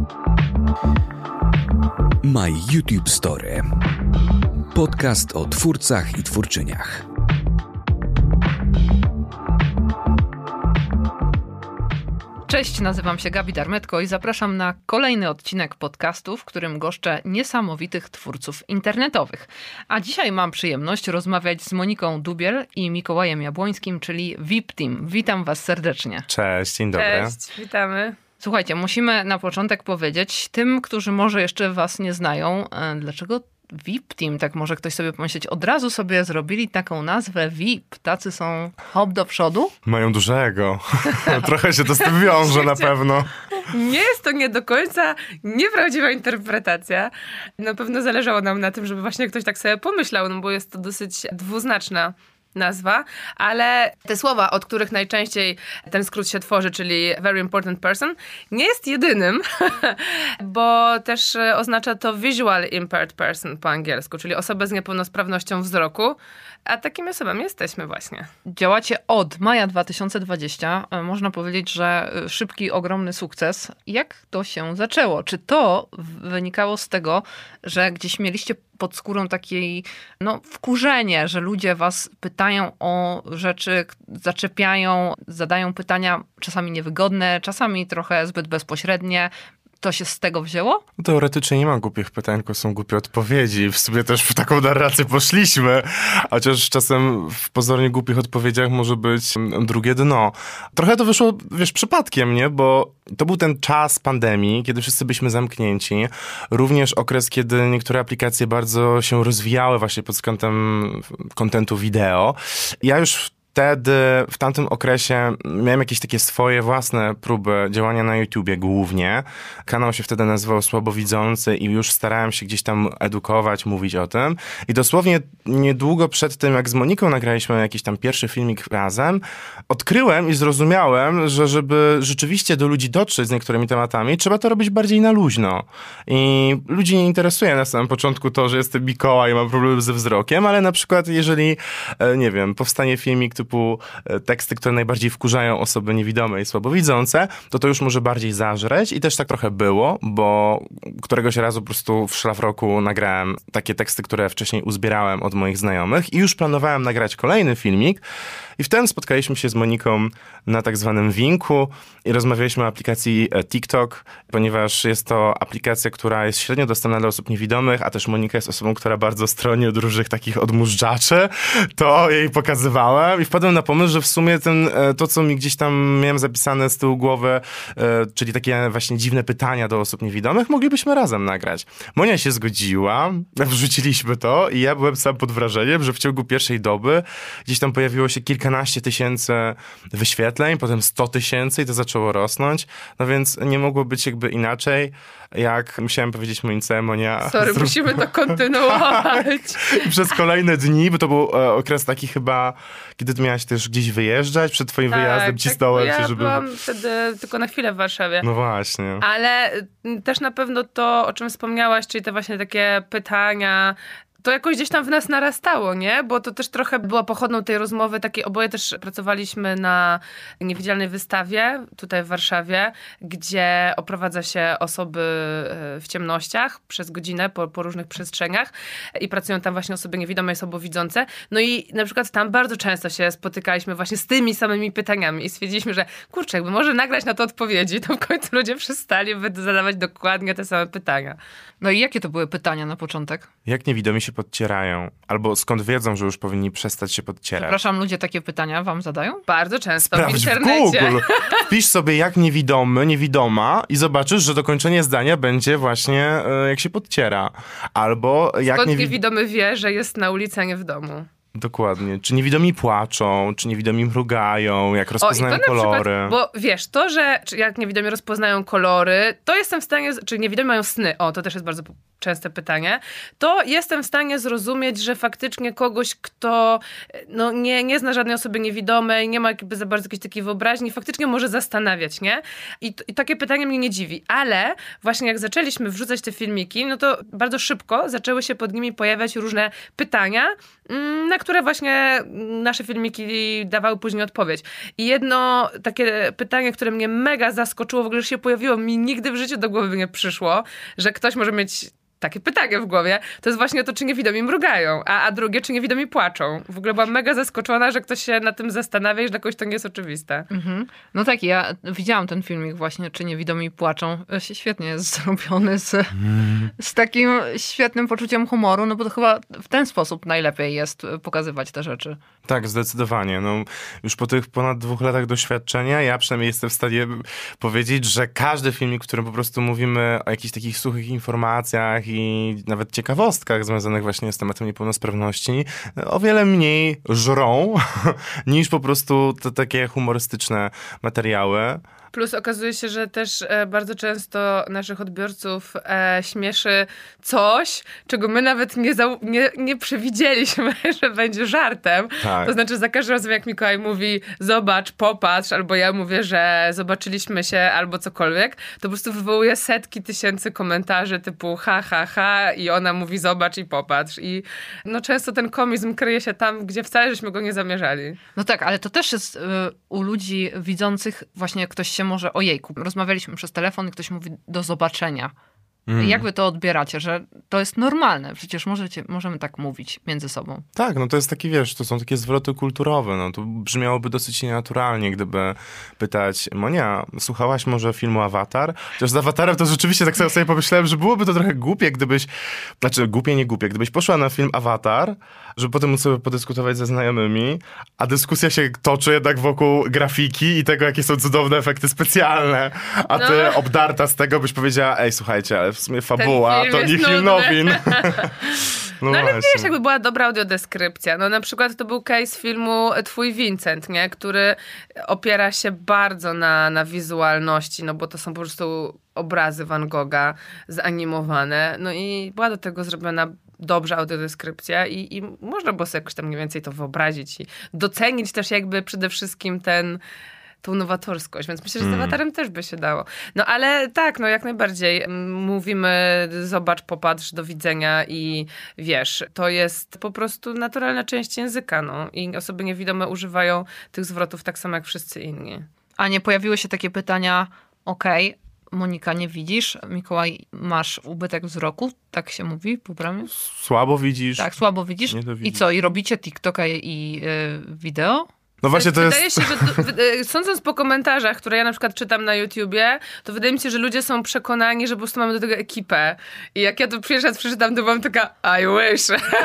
My YouTube Story. Podcast o twórcach i twórczyniach. Cześć, nazywam się Gabi Darmetko i zapraszam na kolejny odcinek podcastu, w którym goszczę niesamowitych twórców internetowych. A dzisiaj mam przyjemność rozmawiać z Moniką Dubiel i Mikołajem Jabłońskim, czyli VIP Team. Witam was serdecznie. Cześć, dzień dobry. Cześć, witamy. Słuchajcie, musimy na początek powiedzieć tym, którzy może jeszcze was nie znają, dlaczego VIP Team, tak może ktoś sobie pomyśleć, od razu sobie zrobili taką nazwę VIP. Tacy są hop do przodu. Mają dużego. Trochę się to z tym wiąże na pewno. Nie jest to nie do końca nieprawdziwa interpretacja. Na pewno zależało nam na tym, żeby właśnie ktoś tak sobie pomyślał, no bo jest to dosyć dwuznaczna nazwa, ale te słowa, od których najczęściej ten skrót się tworzy, czyli very important person, nie jest jedynym, bo też oznacza to visual impaired person po angielsku, czyli osobę z niepełnosprawnością wzroku, a takimi osobami jesteśmy właśnie. Działacie od maja 2020. Można powiedzieć, że szybki, ogromny sukces. Jak to się zaczęło? Czy to wynikało z tego, że gdzieś mieliście pod skórą takiej, wkurzenie, że ludzie was pytają o rzeczy, zaczepiają, zadają pytania czasami niewygodne, czasami trochę zbyt bezpośrednie. To się z tego wzięło? Teoretycznie nie ma głupich pytań, tylko są głupie odpowiedzi. W sumie też w taką narrację poszliśmy, chociaż czasem w pozornie głupich odpowiedziach może być drugie dno. Trochę to wyszło, przypadkiem, nie? Bo to był ten czas pandemii, kiedy wszyscy byliśmy zamknięci. Również okres, kiedy niektóre aplikacje bardzo się rozwijały właśnie pod kątem kontentu wideo. Ja już wtedy, w tamtym okresie miałem jakieś takie swoje własne próby działania na YouTubie głównie. Kanał się wtedy nazywał Słabowidzący i już starałem się gdzieś tam edukować, mówić o tym. I dosłownie niedługo przed tym, jak z Moniką nagraliśmy jakiś tam pierwszy filmik razem, odkryłem i zrozumiałem, że żeby rzeczywiście do ludzi dotrzeć z niektórymi tematami, trzeba to robić bardziej na luźno. I ludzi nie interesuje na samym początku to, że jestem Mikołaj i mam problemy ze wzrokiem, ale na przykład jeżeli, powstanie filmik typu teksty, które najbardziej wkurzają osoby niewidome i słabowidzące, to już może bardziej zażreć i też tak trochę było, bo któregoś razu po prostu w szlafroku nagrałem takie teksty, które wcześniej uzbierałem od moich znajomych i już planowałem nagrać kolejny filmik i wtedy spotkaliśmy się z Moniką na tak zwanym Winku i rozmawialiśmy o aplikacji TikTok, ponieważ jest to aplikacja, która jest średnio dostępna dla osób niewidomych, a też Monika jest osobą, która bardzo stroni od różnych takich odmóżdżaczy. To jej pokazywałem i wpadłem na pomysł, że w sumie to, co mi gdzieś tam miałem zapisane z tyłu głowy, czyli takie właśnie dziwne pytania do osób niewidomych, moglibyśmy razem nagrać. Monia się zgodziła, wrzuciliśmy to i ja byłem sam pod wrażeniem, że w ciągu pierwszej doby gdzieś tam pojawiło się kilkanaście tysięcy wyświetleń, potem 100 tysięcy i to zaczęło rosnąć, no więc nie mogło być jakby inaczej, jak musiałem powiedzieć Monice, Monia... Sorry, musimy to kontynuować. Przez kolejne dni, bo to był okres taki chyba, kiedy ty miałaś też gdzieś wyjeżdżać, przed twoim wyjazdem cisnąłem się, żeby... Ja byłam wtedy tylko na chwilę w Warszawie. No właśnie. Ale też na pewno to, o czym wspomniałaś, czyli te właśnie takie pytania, to jakoś gdzieś tam w nas narastało, nie? Bo to też trochę była pochodną tej rozmowy takiej, oboje też pracowaliśmy na niewidzialnej wystawie tutaj w Warszawie, gdzie oprowadza się osoby w ciemnościach przez godzinę po różnych przestrzeniach i pracują tam właśnie osoby niewidome i słabowidzące. No i na przykład tam bardzo często się spotykaliśmy właśnie z tymi samymi pytaniami i stwierdziliśmy, że kurczę, jakby może nagrać na to odpowiedzi, to w końcu ludzie przestali zadawać dokładnie te same pytania. No i jakie to były pytania na początek? Jak niewidomi się podcierają? Albo skąd wiedzą, że już powinni przestać się podcierać? Przepraszam, ludzie takie pytania wam zadają? Bardzo często Sprawdź w internecie. w Google. Wpisz sobie jak niewidomy, niewidoma i zobaczysz, że dokończenie zdania będzie właśnie jak się podciera. Albo jak skąd niewidomy wie, że jest na ulicy, a nie w domu. Dokładnie. Czy niewidomi płaczą, czy niewidomi mrugają, jak rozpoznają kolory. Przykład, bo wiesz, to, że jak niewidomi rozpoznają kolory, to jestem w stanie, czy niewidomi mają sny, to też jest bardzo częste pytanie, to jestem w stanie zrozumieć, że faktycznie kogoś, kto nie zna żadnej osoby niewidomej, nie ma jakby za bardzo jakiejś takiej wyobraźni, faktycznie może zastanawiać, nie? I takie pytanie mnie nie dziwi. Ale właśnie jak zaczęliśmy wrzucać te filmiki, no to bardzo szybko zaczęły się pod nimi pojawiać różne pytania, na na które właśnie nasze filmiki dawały później odpowiedź. I jedno takie pytanie, które mnie mega zaskoczyło, w ogóle się pojawiło, mi nigdy w życiu do głowy nie przyszło, że ktoś może mieć takie pytanie w głowie, to jest właśnie to, czy niewidomi mrugają, a drugie, czy niewidomi płaczą. W ogóle byłam mega zaskoczona, że ktoś się nad tym zastanawia i że dla kogoś to nie jest oczywiste. Mhm. No tak, ja widziałam ten filmik właśnie, czy niewidomi płaczą. Świetnie jest zrobiony z takim świetnym poczuciem humoru, no bo to chyba w ten sposób najlepiej jest pokazywać te rzeczy. Tak, zdecydowanie. No, już po tych ponad 2 latach doświadczenia ja przynajmniej jestem w stanie powiedzieć, że każdy filmik, w którym po prostu mówimy o jakichś takich suchych informacjach i nawet ciekawostkach związanych właśnie z tematem niepełnosprawności, o wiele mniej żrą niż po prostu te takie humorystyczne materiały. Plus okazuje się, że też bardzo często naszych odbiorców śmieszy coś, czego my nawet nie przewidzieliśmy, że będzie żartem. Tak. To znaczy za każdym razem, jak Mikołaj mówi zobacz, popatrz, albo ja mówię, że zobaczyliśmy się, albo cokolwiek, to po prostu wywołuje setki tysięcy komentarzy typu ha, ha, ha i ona mówi zobacz i popatrz. I no często ten komizm kryje się tam, gdzie wcale żeśmy go nie zamierzali. No tak, ale to też jest u ludzi widzących właśnie ktoś się może, ojejku, rozmawialiśmy przez telefon i ktoś mówi do zobaczenia. Jak wy to odbieracie, że to jest normalne? Przecież możemy tak mówić między sobą. Tak, no to jest taki, wiesz, to są takie zwroty kulturowe, no to brzmiałoby dosyć nienaturalnie, gdyby pytać, Monia, słuchałaś może filmu Avatar? Chociaż z Avatarem to rzeczywiście tak sobie pomyślałem, że byłoby to trochę głupie, gdybyś poszła na film Avatar, żeby potem móc sobie podyskutować ze znajomymi, a dyskusja się toczy jednak wokół grafiki i tego, jakie są cudowne efekty specjalne, a ty obdarta z tego byś powiedziała, ej, słuchajcie, ale w sumie fabuła to nie film nowin. No ale wiesz, jakby była dobra audiodeskrypcja. No na przykład to był case filmu Twój Vincent, nie? Który opiera się bardzo na wizualności, no bo to są po prostu obrazy Van Gogha zanimowane. No i była do tego zrobiona dobrze audiodeskrypcja i można było sobie jakoś tam mniej więcej to wyobrazić i docenić też jakby przede wszystkim tą nowatorskość, więc myślę, że z Avatarem też by się dało. No ale tak, no jak najbardziej. Mówimy zobacz, popatrz, do widzenia i wiesz, to jest po prostu naturalna część języka, no i osoby niewidome używają tych zwrotów tak samo jak wszyscy inni. A nie pojawiły się takie pytania, okej, Monika, nie widzisz, Mikołaj, masz ubytek wzroku, tak się mówi po bramie? Słabo widzisz. Tak, słabo widzisz. I co, i robicie TikToka i wideo? No właśnie to wydaje jest... się, że sądząc po komentarzach, które ja na przykład czytam na YouTubie, to wydaje mi się, że ludzie są przekonani, że po prostu mamy do tego ekipę. I jak ja to pierwszy raz przeczytam, to byłam taka I wish.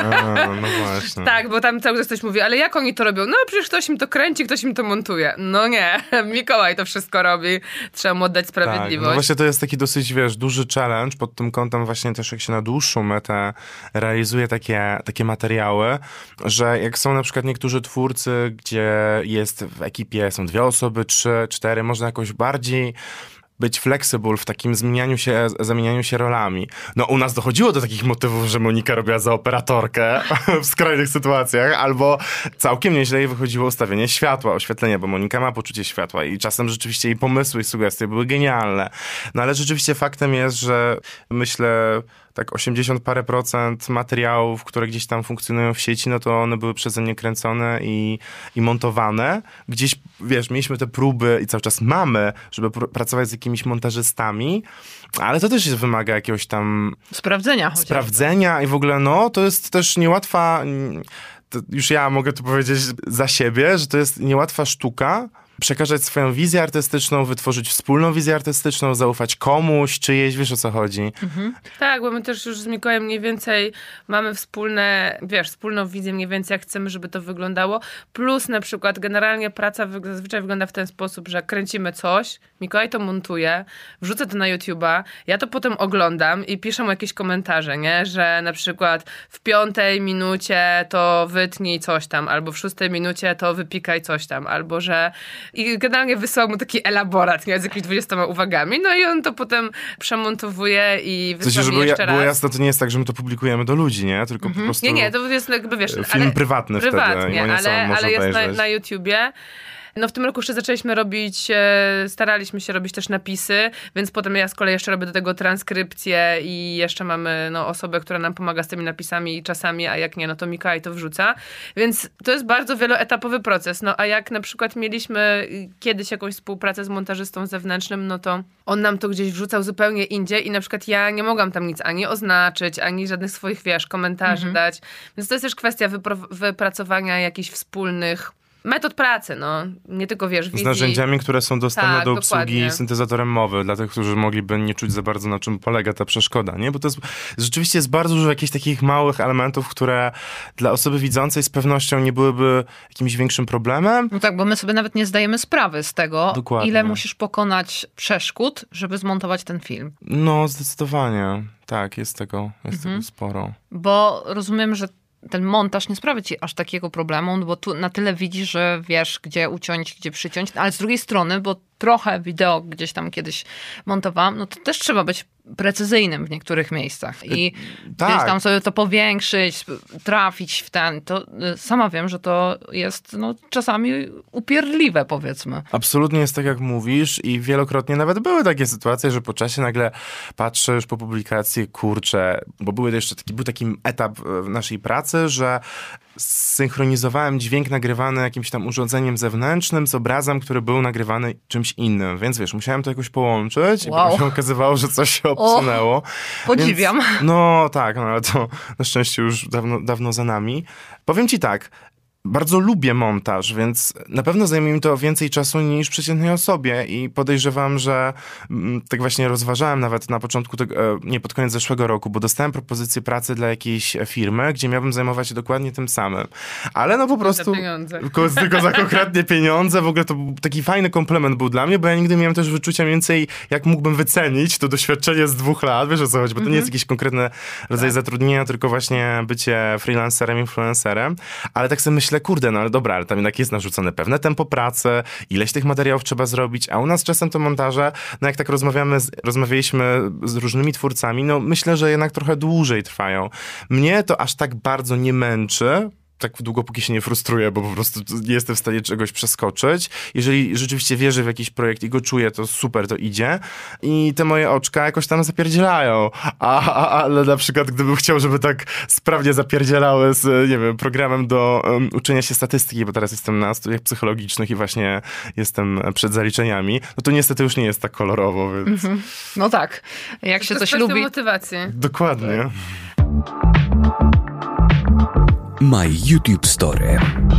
No właśnie. Tak, bo tam cały czas ktoś mówi, ale jak oni to robią? No przecież ktoś im to kręci, ktoś im to montuje. No nie, Mikołaj to wszystko robi. Trzeba mu oddać sprawiedliwość. Tak, no właśnie to jest taki dosyć, wiesz, duży challenge pod tym kątem właśnie też jak się na dłuższą metę realizuje takie materiały, że jak są na przykład niektórzy twórcy, gdzie jest w ekipie, są 2 osoby, 3, 4, można jakoś bardziej być flexible w takim zamienianiu się rolami. No u nas dochodziło do takich motywów, że Monika robiła za operatorkę w skrajnych sytuacjach, albo całkiem nieźle jej wychodziło ustawienie światła, oświetlenie, bo Monika ma poczucie światła i czasem rzeczywiście jej pomysły i sugestie były genialne. No ale rzeczywiście faktem jest, że myślę tak 80 parę procent materiałów, które gdzieś tam funkcjonują w sieci, no to one były przeze mnie kręcone i montowane. Gdzieś, wiesz, mieliśmy te próby i cały czas mamy, żeby pracować z jakimiś montażystami, ale to też wymaga jakiegoś tam... Sprawdzenia i w ogóle, no, to jest też niełatwa... Już ja mogę tu powiedzieć za siebie, że to jest niełatwa sztuka, przekazać swoją wizję artystyczną, wytworzyć wspólną wizję artystyczną, zaufać komuś, czyjeś, wiesz o co chodzi. Mhm. Tak, bo my też już z Mikołajem mniej więcej mamy wspólną wizję mniej więcej, jak chcemy, żeby to wyglądało. Plus na przykład generalnie praca zazwyczaj wygląda w ten sposób, że kręcimy coś, Mikołaj to montuje, wrzucę to na YouTube'a, ja to potem oglądam i piszę mu jakieś komentarze, nie? Że na przykład w 5 minucie to wytnij coś tam, albo w 6 minucie to wypikaj coś tam, albo że... I generalnie wysyłam mu taki elaborat, nie? Z jakimiś 20 uwagami, no i on to potem przemontowuje i wysyła mi jeszcze raz. Było jasne, to nie jest tak, że my to publikujemy do ludzi, nie? Tylko po prostu... Nie, to jest jakby, wiesz... Film prywatny wtedy. Ale jest na YouTubie. No w tym roku jeszcze zaczęliśmy robić, staraliśmy się robić też napisy, więc potem ja z kolei jeszcze robię do tego transkrypcję i jeszcze mamy osobę, która nam pomaga z tymi napisami czasami, a jak nie, no to Mikołaj to wrzuca. Więc to jest bardzo wieloetapowy proces. No a jak na przykład mieliśmy kiedyś jakąś współpracę z montażystą zewnętrznym, no to on nam to gdzieś wrzucał zupełnie indziej i na przykład ja nie mogłam tam nic ani oznaczyć, ani żadnych swoich, komentarzy dać. Więc to jest też kwestia wypracowania jakichś wspólnych metod pracy, nie tylko wizji. Z narzędziami, które są dostępne do obsługi dokładnie. syntezatorem mowy, dla tych, którzy mogliby nie czuć za bardzo, na czym polega ta przeszkoda, nie? Bo to jest, rzeczywiście jest bardzo dużo jakichś takich małych elementów, które dla osoby widzącej z pewnością nie byłyby jakimś większym problemem. No tak, bo my sobie nawet nie zdajemy sprawy z tego, Dokładnie. ile musisz pokonać przeszkód, żeby zmontować ten film. No, zdecydowanie. Tak, jest tego sporo. Bo rozumiem, że ten montaż nie sprawi ci aż takiego problemu, bo tu na tyle widzisz, że wiesz, gdzie uciąć, gdzie przyciąć, ale z drugiej strony, bo trochę wideo gdzieś tam kiedyś montowałam, no to też trzeba być precyzyjnym w niektórych miejscach i gdzieś tam sobie to powiększyć, trafić w ten, to sama wiem, że to jest czasami upierdliwe, powiedzmy. Absolutnie jest tak, jak mówisz i wielokrotnie nawet były takie sytuacje, że po czasie nagle patrzę już po publikacji, kurczę, bo był taki etap w naszej pracy, że zsynchronizowałem dźwięk nagrywany jakimś tam urządzeniem zewnętrznym z obrazem, który był nagrywany czymś innym. Więc wiesz, musiałem to jakoś połączyć i potem się okazywało, że coś się obsunęło. Podziwiam. Więc, no tak, ale to na szczęście już dawno za nami. Powiem ci tak, bardzo lubię montaż, więc na pewno zajmie mi to więcej czasu niż przeciętnej osobie i podejrzewam, że tak właśnie rozważałem nawet na początku pod koniec zeszłego roku, bo dostałem propozycję pracy dla jakiejś firmy, gdzie miałbym zajmować się dokładnie tym samym. Ale po prostu... Za pieniądze. Tylko za konkretnie pieniądze. W ogóle to był taki fajny komplement był dla mnie, bo ja nigdy miałem też wyczucia mniej więcej, jak mógłbym wycenić to doświadczenie z 2 lat, wiesz o co chodzi, bo to nie jest jakiś konkretny rodzaj zatrudnienia, tylko właśnie bycie freelancerem, influencerem. Ale tak sobie myślę, kurde, ale dobra, ale tam jednak jest narzucone pewne tempo pracy, ileś tych materiałów trzeba zrobić, a u nas czasem te montaże, jak tak rozmawialiśmy z różnymi twórcami, myślę, że jednak trochę dłużej trwają. Mnie to aż tak bardzo nie męczy, tak długo, póki się nie frustruję, bo po prostu nie jestem w stanie czegoś przeskoczyć. Jeżeli rzeczywiście wierzę w jakiś projekt i go czuję, to super, to idzie. I te moje oczka jakoś tam zapierdzielają. Ale na przykład, gdybym chciał, żeby tak sprawnie zapierdzielały z, nie wiem, programem do uczenia się statystyki, bo teraz jestem na studiach psychologicznych i właśnie jestem przed zaliczeniami, to niestety już nie jest tak kolorowo, więc... No tak, jak się coś lubi... motywacji. Dokładnie. My YouTube Story.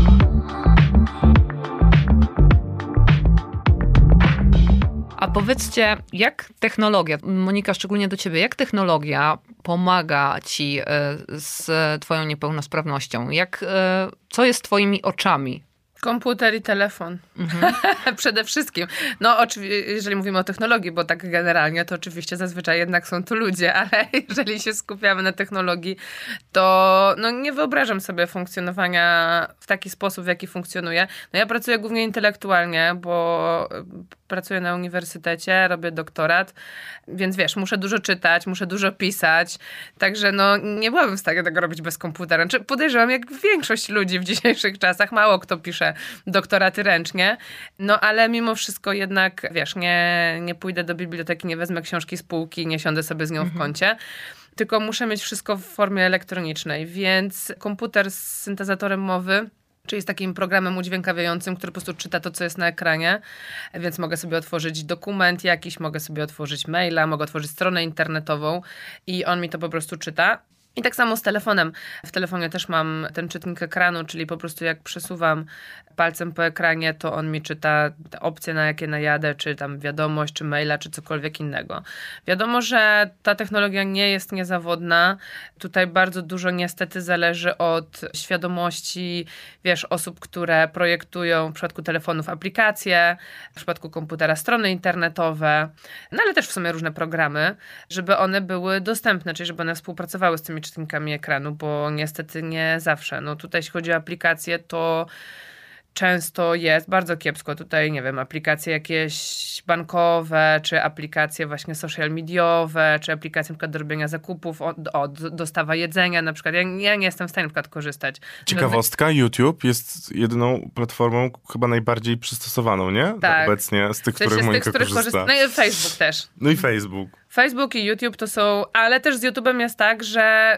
A powiedzcie, jak technologia, Monika, szczególnie do ciebie, jak technologia pomaga ci z twoją niepełnosprawnością? Co jest twoimi oczami? Komputer i telefon. Przede wszystkim. Jeżeli mówimy o technologii, bo tak generalnie, to oczywiście zazwyczaj jednak są to ludzie, ale jeżeli się skupiamy na technologii, to nie wyobrażam sobie funkcjonowania w taki sposób, w jaki funkcjonuje. Ja pracuję głównie intelektualnie, bo pracuję na uniwersytecie, robię doktorat, więc wiesz, muszę dużo czytać, muszę dużo pisać, także nie byłabym w stanie tego robić bez komputera. Podejrzewam, jak większość ludzi w dzisiejszych czasach, mało kto pisze doktoraty ręcznie, ale mimo wszystko jednak, wiesz, nie pójdę do biblioteki, nie wezmę książki z półki, nie siądę sobie z nią w kącie, tylko muszę mieć wszystko w formie elektronicznej, więc komputer z syntezatorem mowy, czyli z takim programem udźwiękawiającym, który po prostu czyta to, co jest na ekranie, więc mogę sobie otworzyć dokument jakiś, mogę sobie otworzyć maila, mogę otworzyć stronę internetową i on mi to po prostu czyta. I tak samo z telefonem. W telefonie też mam ten czytnik ekranu, czyli po prostu jak przesuwam palcem po ekranie, to on mi czyta te opcje, na jakie najadę, czy tam wiadomość, czy maila, czy cokolwiek innego. Wiadomo, że ta technologia nie jest niezawodna. Tutaj bardzo dużo niestety zależy od świadomości, wiesz, osób, które projektują w przypadku telefonów aplikacje, w przypadku komputera strony internetowe, ale też w sumie różne programy, żeby one były dostępne, czyli żeby one współpracowały z tymi czytnikami ekranu, bo niestety nie zawsze. Tutaj jeśli chodzi o aplikacje, to często jest bardzo kiepsko. Tutaj, nie wiem, aplikacje jakieś bankowe, czy aplikacje właśnie social mediowe, czy aplikacje na przykład do robienia zakupów, dostawa jedzenia na przykład. Ja nie jestem w stanie na przykład korzystać. Ciekawostka, YouTube jest jedyną platformą chyba najbardziej przystosowaną, nie? Tak. Obecnie, z tych, których Monika korzysta. No i Facebook też. No i Facebook. Facebook i YouTube to są, ale też z YouTube'em jest tak, że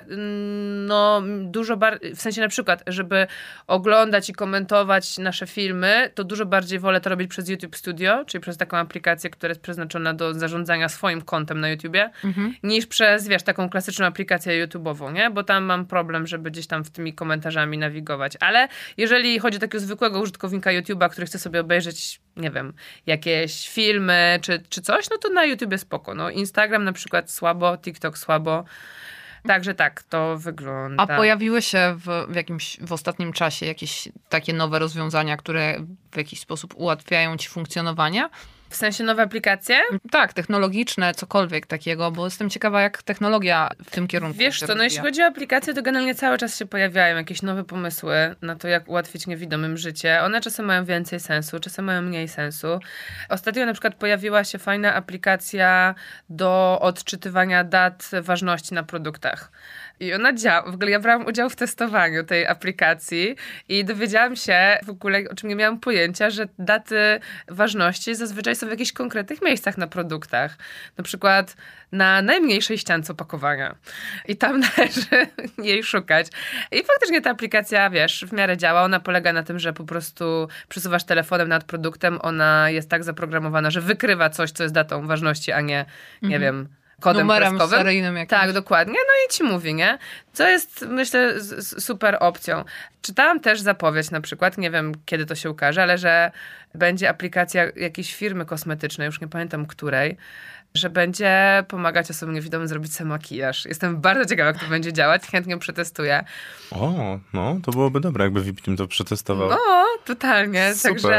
no dużo bardziej, w sensie na przykład, żeby oglądać i komentować nasze filmy, to dużo bardziej wolę to robić przez YouTube Studio, czyli przez taką aplikację, która jest przeznaczona do zarządzania swoim kontem na YouTubie, niż przez, wiesz, taką klasyczną aplikację YouTube'ową, nie? Bo tam mam problem, żeby gdzieś tam w tymi komentarzami nawigować. Ale jeżeli chodzi o takiego zwykłego użytkownika YouTube'a, który chce sobie obejrzeć, nie wiem, jakieś filmy czy coś, no to na YouTubie spoko. No Instagram na przykład słabo, TikTok słabo. Także tak to wygląda. A pojawiły się w ostatnim czasie jakieś takie nowe rozwiązania, które w jakiś sposób ułatwiają ci funkcjonowanie? W sensie nowe aplikacje? Tak, technologiczne, cokolwiek takiego, bo jestem ciekawa, jak technologia w tym kierunku Wiesz co, no jeśli chodzi o aplikacje, to generalnie cały czas się pojawiają jakieś nowe pomysły na to, jak ułatwić niewidomym życie. One czasem mają więcej sensu, czasem mają mniej sensu. Ostatnio na przykład pojawiła się fajna aplikacja do odczytywania dat ważności na produktach. I ona działa. W ogóle ja brałam udział w testowaniu tej aplikacji i dowiedziałam się w ogóle, o czym nie miałam pojęcia, że daty ważności zazwyczaj są w jakichś konkretnych miejscach na produktach. Na przykład na najmniejszej ściance opakowania. I tam należy jej szukać. I faktycznie ta aplikacja, wiesz, w miarę działa. Ona polega na tym, że po prostu przesuwasz telefonem nad produktem. Ona jest tak zaprogramowana, że wykrywa coś, co jest datą ważności, a nie, nie wiem, kodem numerem kreskowym. seryjnym jakimś. Tak, dokładnie. No i ci mówi, nie? Co jest, myślę, super opcją. Czytałam też zapowiedź na przykład, nie wiem kiedy to się ukaże, ale że będzie aplikacja jakiejś firmy kosmetycznej, już nie pamiętam której, że będzie pomagać osobom niewidomym zrobić sobie makijaż. Jestem bardzo ciekawa, jak to będzie działać. Chętnie przetestuję. O, no, to byłoby dobre, jakby Viptim to przetestował. No, totalnie.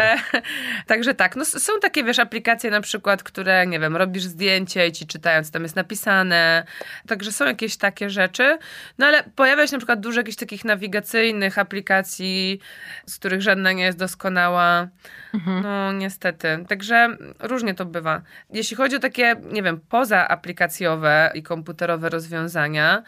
Także tak. No, są takie, wiesz, aplikacje na przykład, które, nie wiem, robisz zdjęcie i ci czytają, co tam jest napisane. Także są jakieś takie rzeczy. No, ale pojawia się na przykład dużo jakichś takich nawigacyjnych aplikacji, z których żadna nie jest doskonała. No, niestety. Także różnie to bywa. Jeśli chodzi o takie, nie wiem, pozaaplikacjowe i komputerowe rozwiązania,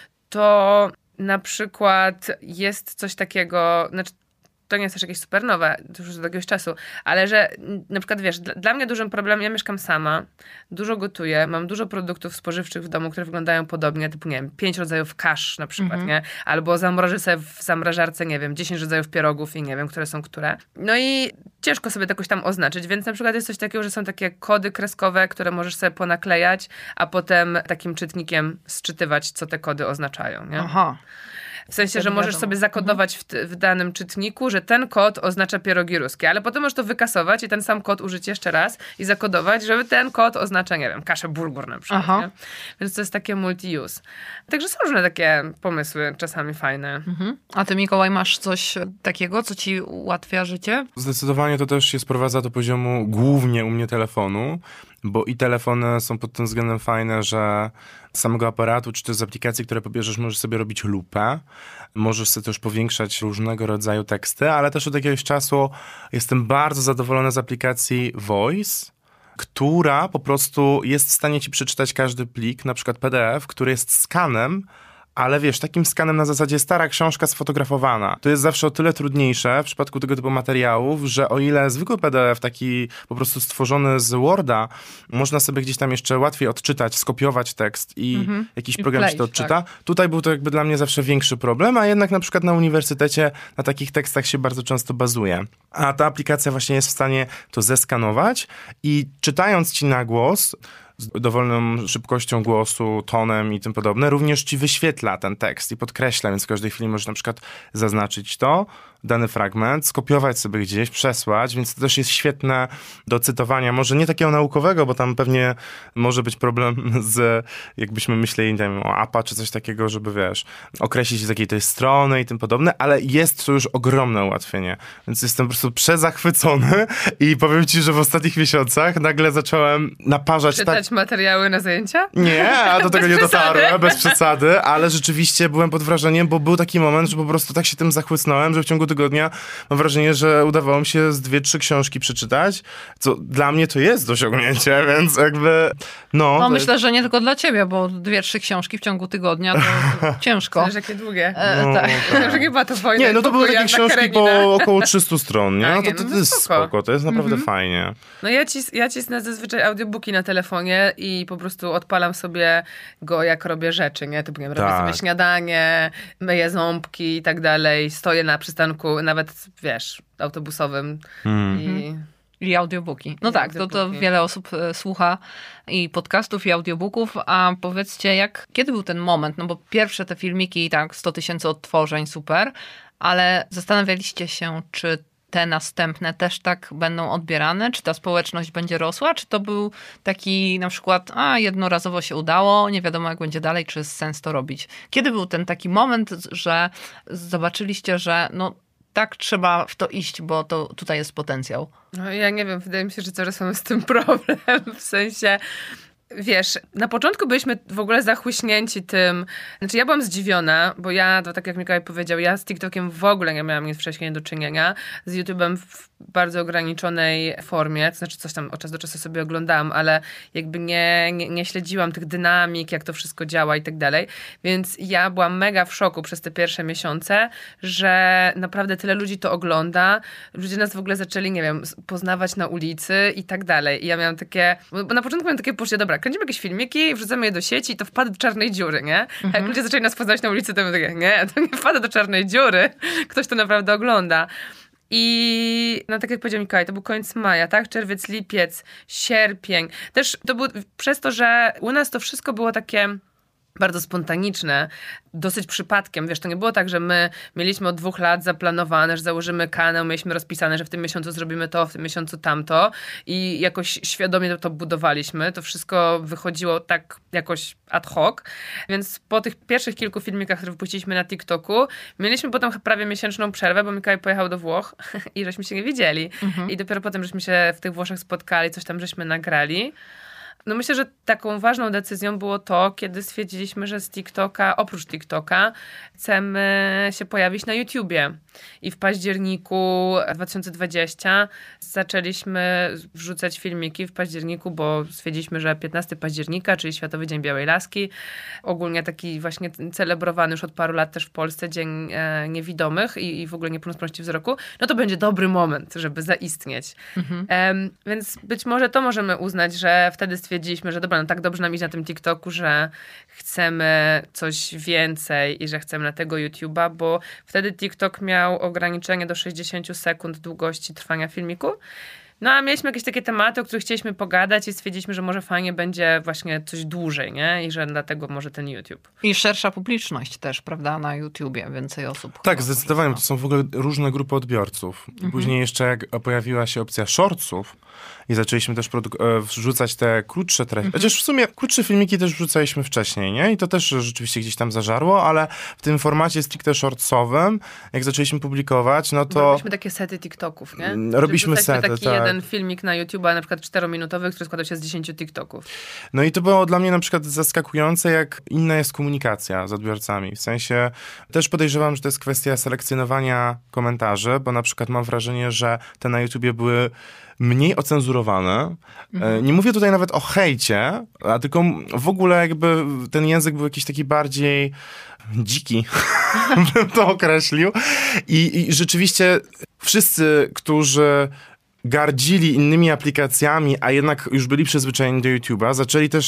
to na przykład jest coś takiego, znaczy to nie jest też jakieś super nowe, to już od jakiegoś czasu, ale że na przykład, wiesz, dla mnie dużym problemem, ja mieszkam sama, dużo gotuję, mam dużo produktów spożywczych w domu, które wyglądają podobnie, typu, nie wiem, 5 rodzajów kasz na przykład, nie? Albo zamrożę sobie w zamrażarce, nie wiem, 10 rodzajów pierogów i nie wiem, które są które. No i ciężko sobie to jakoś tam oznaczyć, więc na przykład jest coś takiego, że są takie kody kreskowe, które możesz sobie ponaklejać, a potem takim czytnikiem sczytywać, co te kody oznaczają, nie? Aha. W sensie, że możesz sobie zakodować w danym czytniku, że ten kod oznacza pierogi ruskie, ale potem możesz to wykasować i ten sam kod użyć jeszcze raz i zakodować, żeby ten kod oznacza, nie wiem, kaszę bulgur na przykład. Nie? Więc to jest takie multi-use. Także są różne takie pomysły, czasami fajne. A ty, Mikołaj, masz coś takiego, co ci ułatwia życie? Zdecydowanie to też się sprowadza do poziomu głównie u mnie telefonu, bo i telefony są pod tym względem fajne, że z samego aparatu, czy też z aplikacji, które pobierzesz, możesz sobie robić lupę, możesz sobie też powiększać różnego rodzaju teksty, ale też od jakiegoś czasu jestem bardzo zadowolony z aplikacji Voice, która po prostu jest w stanie ci przeczytać każdy plik, na przykład PDF, który jest skanem, ale wiesz, takim skanem na zasadzie stara książka sfotografowana. To jest zawsze o tyle trudniejsze w przypadku tego typu materiałów, że o ile zwykły PDF, taki po prostu stworzony z Worda, można sobie gdzieś tam jeszcze łatwiej odczytać, skopiować tekst i jakiś program ci to odczyta. Tak. Tutaj był to jakby dla mnie zawsze większy problem, a jednak na przykład na uniwersytecie na takich tekstach się bardzo często bazuje. A ta aplikacja właśnie jest w stanie to zeskanować i czytając ci na głos, z dowolną szybkością głosu, tonem i tym podobne, również ci wyświetla ten tekst i podkreśla, więc w każdej chwili możesz na przykład zaznaczyć to, dany fragment, skopiować sobie gdzieś, przesłać, więc to też jest świetne do cytowania, może nie takiego naukowego, bo tam pewnie może być problem z, jakbyśmy myśleli o APA czy coś takiego, żeby wiesz, określić z jakiej to jest strony i tym podobne, ale jest to już ogromne ułatwienie, więc jestem po prostu przezachwycony i powiem ci, że w ostatnich miesiącach nagle zacząłem naparzać czytać materiały na zajęcia? Nie, a do tego nie dotarłem, bez przesady, ale rzeczywiście byłem pod wrażeniem, bo był taki moment, że po prostu tak się tym zachłysnąłem, że w ciągu tygodnia mam wrażenie, że udawało mi się z 2-3 książki przeczytać, co dla mnie to jest osiągnięcie, więc jakby No myślę, że nie tylko dla ciebie, bo 2-3 książki w ciągu tygodnia to ciężko. Zależy, jakie długie. Tak. Że chyba to wojna. Nie, no to były takie książki po około 300 stron, nie? No to jest spoko, to jest naprawdę fajnie. No ja cisnę zazwyczaj audiobooki na telefonie i po prostu odpalam sobie go, jak robię rzeczy, nie? Typu, nie wiem, robię sobie śniadanie, myję ząbki i tak dalej, stoję na przystanku, nawet, wiesz, autobusowym I audiobooki. No tak, to wiele osób słucha i podcastów, i audiobooków, a powiedzcie, kiedy był ten moment? No bo pierwsze te filmiki, tak, 100 000 odtworzeń, super, ale zastanawialiście się, czy te następne też tak będą odbierane? Czy ta społeczność będzie rosła? Czy to był taki na przykład, jednorazowo się udało, nie wiadomo jak będzie dalej, czy jest sens to robić? Kiedy był ten taki moment, że zobaczyliście, że no tak trzeba w to iść, bo to tutaj jest potencjał? No ja nie wiem, wydaje mi się, że coraz mamy z tym problem, w sensie... Wiesz, na początku byliśmy w ogóle zachłyśnięci tym, znaczy ja byłam zdziwiona, bo tak jak Mikołaj powiedział, ja z TikTokiem w ogóle nie miałam nic wcześniej do czynienia, z YouTube'em w bardzo ograniczonej formie, to znaczy coś tam od czasu do czasu sobie oglądałam, ale jakby nie śledziłam tych dynamik, jak to wszystko działa i tak dalej, więc ja byłam mega w szoku przez te pierwsze miesiące, że naprawdę tyle ludzi to ogląda, ludzie nas w ogóle zaczęli, nie wiem, poznawać na ulicy i tak dalej i ja miałam takie, bo na początku miałam takie poczucie, dobra, kręcimy jakieś filmiki, wrzucamy je do sieci i to wpadł do czarnej dziury, nie? A jak ludzie zaczęli nas poznawać na ulicy, to ja takie, nie, to nie wpada do czarnej dziury. Ktoś to naprawdę ogląda. I no tak jak powiedział Mikołaj, to był koniec maja, tak? Czerwiec, lipiec, sierpień. Też to było przez to, że u nas to wszystko było takie bardzo spontaniczne, dosyć przypadkiem. Wiesz, to nie było tak, że my mieliśmy od 2 lat zaplanowane, że założymy kanał, mieliśmy rozpisane, że w tym miesiącu zrobimy to, w tym miesiącu tamto i jakoś świadomie to budowaliśmy. To wszystko wychodziło tak jakoś ad hoc. Więc po tych pierwszych kilku filmikach, które wypuściliśmy na TikToku, mieliśmy potem prawie miesięczną przerwę, bo Mikołaj pojechał do Włoch i żeśmy się nie widzieli. I dopiero potem żeśmy się w tych Włoszech spotkali, coś tam żeśmy nagrali. No myślę, że taką ważną decyzją było to, kiedy stwierdziliśmy, że z TikToka, oprócz TikToka, chcemy się pojawić na YouTubie. I w październiku 2020 zaczęliśmy wrzucać filmiki w październiku, bo stwierdziliśmy, że 15 października, czyli Światowy Dzień Białej Laski, ogólnie taki właśnie celebrowany już od paru lat też w Polsce Dzień Niewidomych i w ogóle niepełnosprawności wzroku, no to będzie dobry moment, żeby zaistnieć. Więc być może to możemy uznać, że wtedy stwierdziliśmy, że dobra, no tak dobrze nam iść na tym TikToku, że chcemy coś więcej i że chcemy na tego YouTube'a, bo wtedy TikTok miał ograniczenie do 60 sekund długości trwania filmiku. No a mieliśmy jakieś takie tematy, o których chcieliśmy pogadać i stwierdziliśmy, że może fajnie będzie właśnie coś dłużej, nie? I że dlatego może ten YouTube. I szersza publiczność też, prawda? Na YouTubie więcej osób. Tak, zdecydowanie. To są w ogóle różne grupy odbiorców. Później jeszcze jak pojawiła się opcja shortsów i zaczęliśmy też wrzucać te krótsze treści. Chociaż w sumie krótsze filmiki też wrzucaliśmy wcześniej, nie? I to też rzeczywiście gdzieś tam zażarło, ale w tym formacie stricte shortsowym, jak zaczęliśmy publikować, no to... Robiliśmy takie sety TikToków, nie? Robiliśmy sety, taki jeden filmik na YouTube, na przykład 4-minutowy, który składał się z 10 TikToków. No i to było dla mnie na przykład zaskakujące, jak inna jest komunikacja z odbiorcami. W sensie też podejrzewam, że to jest kwestia selekcjonowania komentarzy, bo na przykład mam wrażenie, że te na YouTubie były mniej ocenzurowane. Nie mówię tutaj nawet o hejcie, a tylko w ogóle jakby ten język był jakiś taki bardziej dziki, bym to określił. I rzeczywiście wszyscy, którzy gardzili innymi aplikacjami, a jednak już byli przyzwyczajeni do YouTube'a, zaczęli też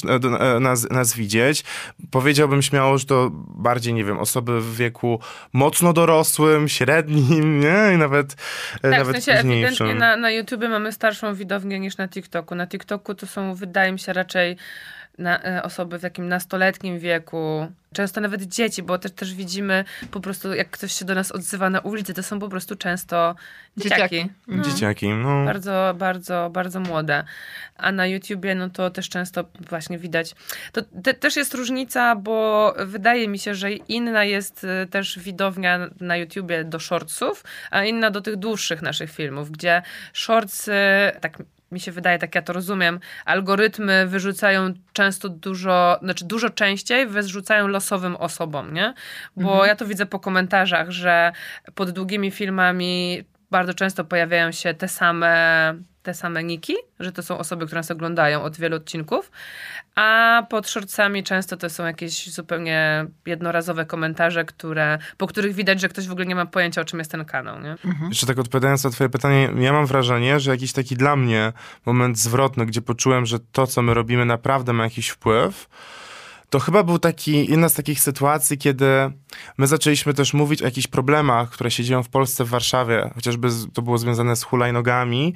nas widzieć. Powiedziałbym śmiało, że to bardziej, nie wiem, osoby w wieku mocno dorosłym, średnim, nie? I nawet w sensie ewidentnie na YouTubie mamy starszą widownię niż na TikToku. Na TikToku to są, wydaje mi się, raczej osoby w takim nastoletnim wieku, często nawet dzieci, bo też widzimy po prostu, jak ktoś się do nas odzywa na ulicy, to są po prostu często dzieciaki. Dzieciaki, no. Bardzo, bardzo, bardzo młode. A na YouTubie, no to też często właśnie widać. To też jest różnica, bo wydaje mi się, że inna jest też widownia na YouTubie do shortsów, a inna do tych dłuższych naszych filmów, gdzie shortsy, tak mi się wydaje, tak ja to rozumiem, algorytmy wyrzucają często dużo częściej wyrzucają losowym osobom, nie? Bo ja to widzę po komentarzach, że pod długimi filmami bardzo często pojawiają się te same niki, że to są osoby, które nas oglądają od wielu odcinków, a pod shortsami często to są jakieś zupełnie jednorazowe komentarze, po których widać, że ktoś w ogóle nie ma pojęcia, o czym jest ten kanał, nie? Jeszcze tak odpowiadając na twoje pytanie, ja mam wrażenie, że jakiś taki dla mnie moment zwrotny, gdzie poczułem, że to, co my robimy, naprawdę ma jakiś wpływ, to chyba był jedna z takich sytuacji, kiedy my zaczęliśmy też mówić o jakichś problemach, które się dzieją w Polsce, w Warszawie, chociażby to było związane z hulajnogami,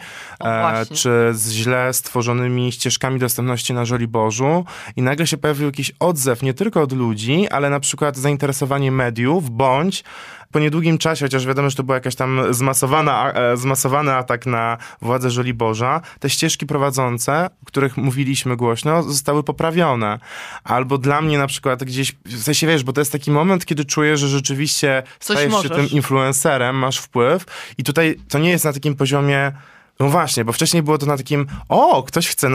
czy z źle stworzonymi ścieżkami dostępności na Żoliborzu i nagle się pojawił jakiś odzew nie tylko od ludzi, ale na przykład zainteresowanie mediów, bądź po niedługim czasie, chociaż wiadomo, że to był jakiś tam zmasowany atak na władzę Żoliborza, te ścieżki prowadzące, o których mówiliśmy głośno, zostały poprawione. Albo dla mnie na przykład gdzieś, w sensie wiesz, bo to jest taki moment, kiedy czujesz, że rzeczywiście stajesz się tym influencerem, masz wpływ i tutaj to nie jest na takim poziomie. No właśnie, bo wcześniej było to na takim, ktoś chce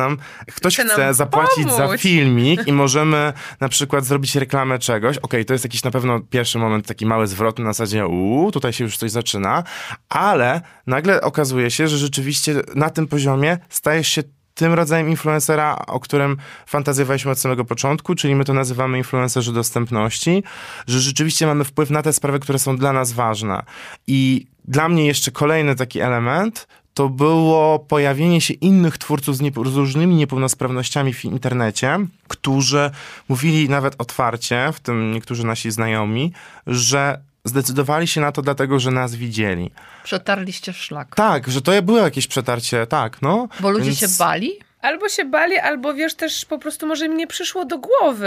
zapłacić pomóc za filmik i możemy na przykład zrobić reklamę czegoś. Okej, to jest jakiś na pewno pierwszy moment taki mały zwrotny na zasadzie, tutaj się już coś zaczyna, ale nagle okazuje się, że rzeczywiście na tym poziomie stajesz się tym rodzajem influencera, o którym fantazjowaliśmy od samego początku, czyli my to nazywamy influencerzy dostępności, że rzeczywiście mamy wpływ na te sprawy, które są dla nas ważne. I dla mnie jeszcze kolejny taki element to było pojawienie się innych twórców z różnymi niepełnosprawnościami w internecie, którzy mówili nawet otwarcie, w tym niektórzy nasi znajomi, że zdecydowali się na to dlatego, że nas widzieli. Przetarliście szlak. Tak, że to było jakieś przetarcie, tak, no. Bo ludzie się bali? Albo się bali, albo wiesz, też po prostu może im nie przyszło do głowy,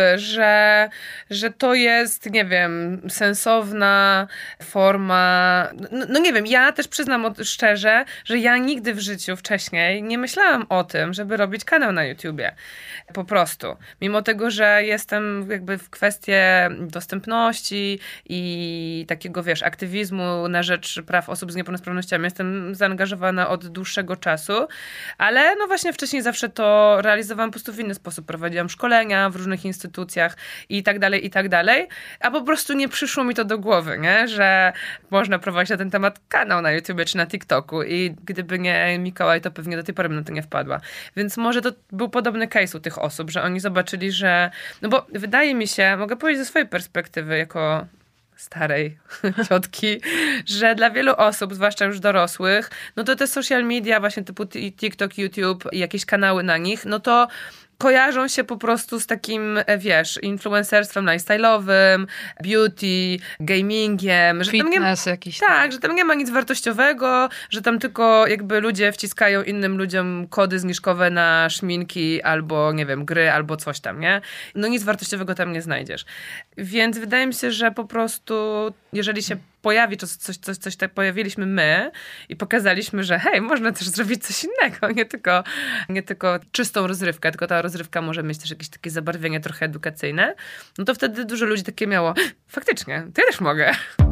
że to jest, nie wiem, sensowna forma. No nie wiem, ja też przyznam szczerze, że ja nigdy w życiu wcześniej nie myślałam o tym, żeby robić kanał na YouTubie. Po prostu. Mimo tego, że jestem jakby w kwestie dostępności i takiego, wiesz, aktywizmu na rzecz praw osób z niepełnosprawnościami, jestem zaangażowana od dłuższego czasu, ale no właśnie wcześniej zawsze to realizowałam po prostu w inny sposób. Prowadziłam szkolenia w różnych instytucjach i tak dalej, a po prostu nie przyszło mi to do głowy, nie? Że można prowadzić na ten temat kanał na YouTubie czy na TikToku i gdyby nie Mikołaj, to pewnie do tej pory bym na to nie wpadła. Więc może to był podobny case u tych osób, że oni zobaczyli, że... No bo wydaje mi się, mogę powiedzieć ze swojej perspektywy jako starej ciotki, że dla wielu osób, zwłaszcza już dorosłych, no to te social media właśnie typu TikTok, YouTube i jakieś kanały na nich, no to kojarzą się po prostu z takim, wiesz, influencerstwem lifestyle'owym, beauty, gamingiem. Że fitness tam jakiś. Tak, że tam nie ma nic wartościowego, że tam tylko jakby ludzie wciskają innym ludziom kody zniżkowe na szminki albo, nie wiem, gry albo coś tam, nie? No nic wartościowego tam nie znajdziesz. Więc wydaje mi się, że po prostu jeżeli się pojawi coś tak pojawiliśmy my i pokazaliśmy, że hej, można też zrobić coś innego, nie tylko czystą rozrywkę, tylko ta rozrywka może mieć też jakieś takie zabarwienie trochę edukacyjne, no to wtedy dużo ludzi takie miało, faktycznie, to ja też mogę.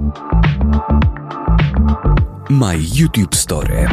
My YouTube Story.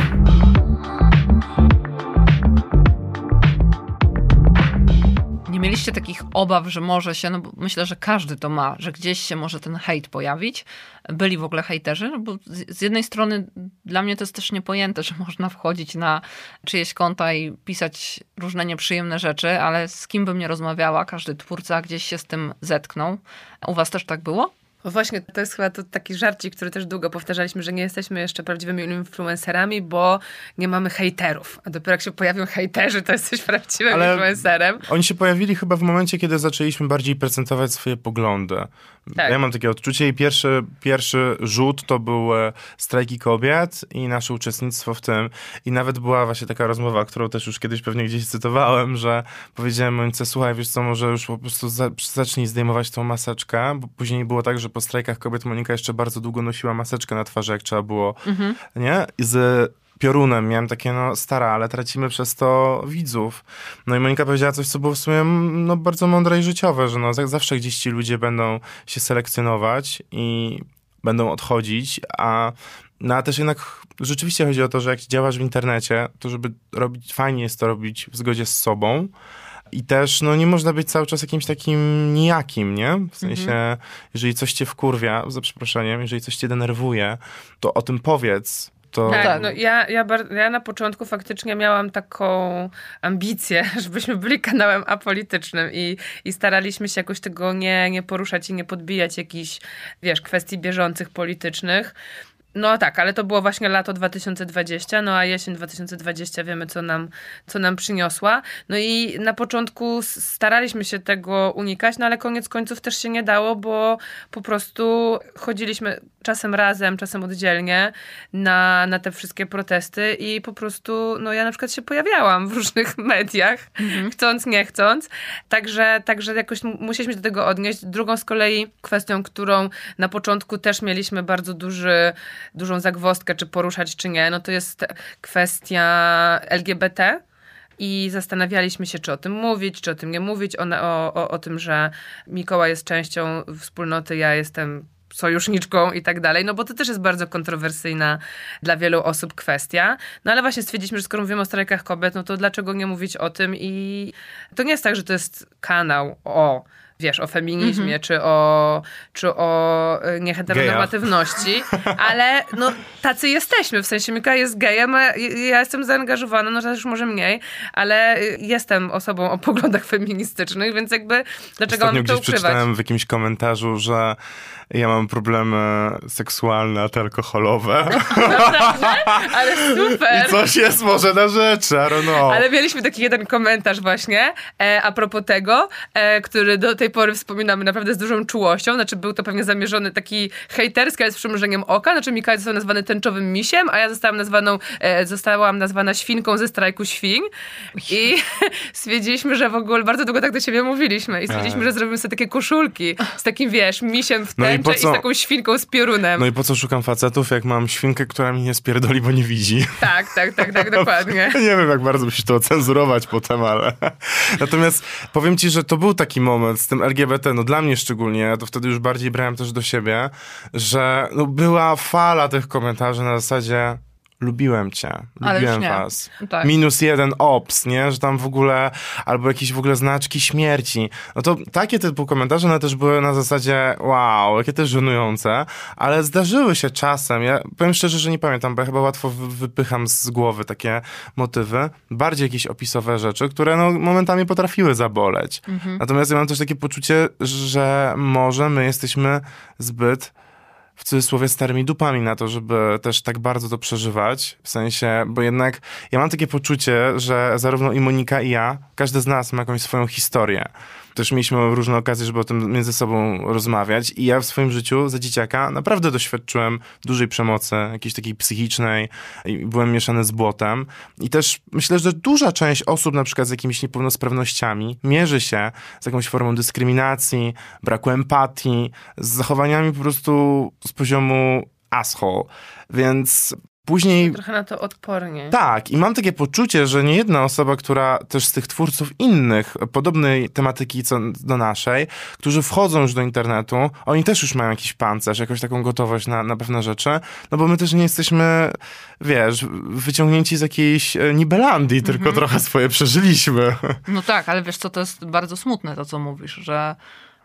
Nie mieliście takich obaw, że może się, no bo myślę, że każdy to ma, że gdzieś się może ten hejt pojawić. Byli w ogóle hejterzy? No bo z jednej strony dla mnie to jest też niepojęte, że można wchodzić na czyjeś konta i pisać różne nieprzyjemne rzeczy, ale z kim bym nie rozmawiała, każdy twórca gdzieś się z tym zetknął. U was też tak było? No właśnie, to jest chyba taki żarcik, który też długo powtarzaliśmy, że nie jesteśmy jeszcze prawdziwymi influencerami, bo nie mamy hejterów. A dopiero jak się pojawią hejterzy, to jesteś prawdziwym influencerem. Oni się pojawili chyba w momencie, kiedy zaczęliśmy bardziej prezentować swoje poglądy. Tak. Ja mam takie odczucie i pierwszy rzut to były strajki kobiet i nasze uczestnictwo w tym. I nawet była właśnie taka rozmowa, którą też już kiedyś pewnie gdzieś cytowałem, że powiedziałem Monice, słuchaj, wiesz co, może już po prostu zacznij zdejmować tą maseczkę, bo później było tak, że po strajkach kobiet Monika jeszcze bardzo długo nosiła maseczkę na twarzy, jak trzeba było, nie? I z piorunem miałem takie, stara, ale tracimy przez to widzów. No i Monika powiedziała coś, co było w sumie bardzo mądre i życiowe, że zawsze gdzieś ci ludzie będą się selekcjonować i będą odchodzić, a No a też jednak rzeczywiście chodzi o to, że jak działasz w internecie, to żeby robić, fajnie jest to robić w zgodzie z sobą. I też, no nie można być cały czas jakimś takim nijakim, nie? W sensie, jeżeli coś cię wkurwia, za przeproszeniem, jeżeli coś cię denerwuje, to o tym powiedz. To... Tak, no ja na początku faktycznie miałam taką ambicję, żebyśmy byli kanałem apolitycznym i staraliśmy się jakoś tego nie poruszać i nie podbijać jakichś, kwestii bieżących politycznych. No tak, ale to było właśnie lato 2020, no a jesień 2020 wiemy, co nam przyniosła. No i na początku staraliśmy się tego unikać, no ale koniec końców też się nie dało, bo po prostu chodziliśmy czasem razem, czasem oddzielnie na te wszystkie protesty i po prostu, no ja na przykład się pojawiałam w różnych mediach, chcąc, nie chcąc. Także jakoś musieliśmy do tego odnieść. Drugą z kolei kwestią, którą na początku też mieliśmy bardzo dużą zagwozdkę, czy poruszać, czy nie, no to jest kwestia LGBT i zastanawialiśmy się, czy o tym mówić, czy o tym nie mówić, o tym, że Mikołaj jest częścią wspólnoty, ja jestem sojuszniczką i tak dalej, no bo to też jest bardzo kontrowersyjna dla wielu osób kwestia. No ale właśnie stwierdziliśmy, że skoro mówimy o strajkach kobiet, no to dlaczego nie mówić o tym i to nie jest tak, że to jest kanał o feminizmie, czy o nieheteronormatywności, ale no tacy jesteśmy, w sensie Mikołaj jest gejem, a ja jestem zaangażowana, no też może mniej, ale jestem osobą o poglądach feministycznych, więc jakby dlaczego mam to ukrywać? Przeczytałem w jakimś komentarzu, że ja mam problemy seksualne, a te alkoholowe. Ale super! I coś jest może na rzeczy, I don't know. Ale mieliśmy taki jeden komentarz właśnie a propos tego, który do tej pory wspominamy naprawdę z dużą czułością. Znaczy był to pewnie zamierzony taki hejterski, ale z przymrużeniem oka. Znaczy Mikołaj został nazwany tęczowym misiem, a ja zostałam nazwana świnką ze strajku świń. I stwierdziliśmy, że w ogóle bardzo długo tak do siebie mówiliśmy. I stwierdziliśmy, że zrobimy sobie takie koszulki z takim, misiem w tęczy i z taką świnką z piorunem. No i po co szukam facetów, jak mam świnkę, która mi nie spierdoli, bo nie widzi. Tak, dokładnie. Nie wiem, jak bardzo musi to ocenzurować potem, ale... Natomiast powiem ci, że to był taki moment z tym LGBT, no dla mnie szczególnie, ja to wtedy już bardziej brałem też do siebie, że no była fala tych komentarzy na zasadzie lubiłem cię, lubiłem was. Tak. -1 ops, nie? Że tam w ogóle, albo jakieś w ogóle znaczki śmierci. No to takie typu komentarze, one też były na zasadzie wow, jakie też żenujące, ale zdarzyły się czasem. Ja powiem szczerze, że nie pamiętam, bo ja chyba łatwo wypycham z głowy takie motywy. Bardziej jakieś opisowe rzeczy, które no momentami potrafiły zaboleć. Natomiast ja mam też takie poczucie, że może my jesteśmy zbyt w cudzysłowie starymi dupami na to, żeby też tak bardzo to przeżywać. W sensie, bo jednak ja mam takie poczucie, że zarówno i Monika i ja, każdy z nas ma jakąś swoją historię. Też mieliśmy różne okazje, żeby o tym między sobą rozmawiać i ja w swoim życiu za dzieciaka naprawdę doświadczyłem dużej przemocy, jakiejś takiej psychicznej i byłem mieszany z błotem. I też myślę, że duża część osób na przykład z jakimiś niepełnosprawnościami mierzy się z jakąś formą dyskryminacji, braku empatii, z zachowaniami po prostu z poziomu asshole. Więc później... Trochę na to odpornie. Tak, i mam takie poczucie, że nie jedna osoba, która też z tych twórców innych, podobnej tematyki co do naszej, którzy wchodzą już do internetu, oni też już mają jakiś pancerz, jakąś taką gotowość na pewne rzeczy, no bo my też nie jesteśmy, wyciągnięci z jakiejś Nibelandii, tylko trochę swoje przeżyliśmy. No tak, ale wiesz co, to jest bardzo smutne to, co mówisz, że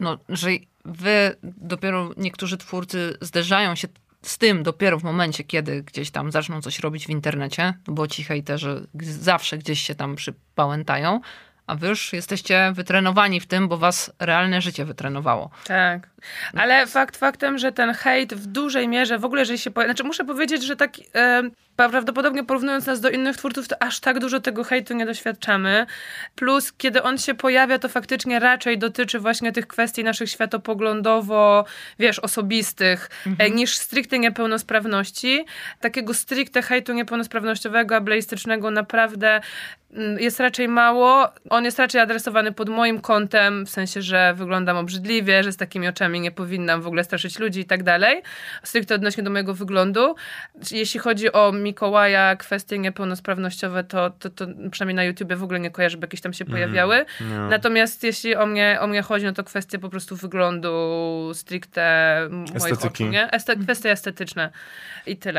wy dopiero niektórzy twórcy zderzają się z tym dopiero w momencie, kiedy gdzieś tam zaczną coś robić w internecie, bo ci hejterzy zawsze gdzieś się tam przypałętają, a wy już jesteście wytrenowani w tym, bo was realne życie wytrenowało. Tak. Ale faktem, że ten hejt w dużej mierze, w ogóle jeżeli się muszę powiedzieć, że tak prawdopodobnie porównując nas do innych twórców, to aż tak dużo tego hejtu nie doświadczamy. Plus, kiedy on się pojawia, to faktycznie raczej dotyczy właśnie tych kwestii naszych światopoglądowo, osobistych, niż stricte niepełnosprawności. Takiego stricte hejtu niepełnosprawnościowego, ableistycznego naprawdę jest raczej mało. On jest raczej adresowany pod moim kątem, w sensie, że wyglądam obrzydliwie, że z takimi oczami nie powinnam w ogóle straszyć ludzi i tak dalej. Stricte odnośnie do mojego wyglądu. Jeśli chodzi o Mikołaja, kwestie niepełnosprawnościowe, to przynajmniej na YouTubie w ogóle nie kojarzę, by jakieś tam się pojawiały. Natomiast jeśli o mnie chodzi, no to kwestie po prostu wyglądu stricte moich oczu, nie? Kwestie estetyczne i tyle.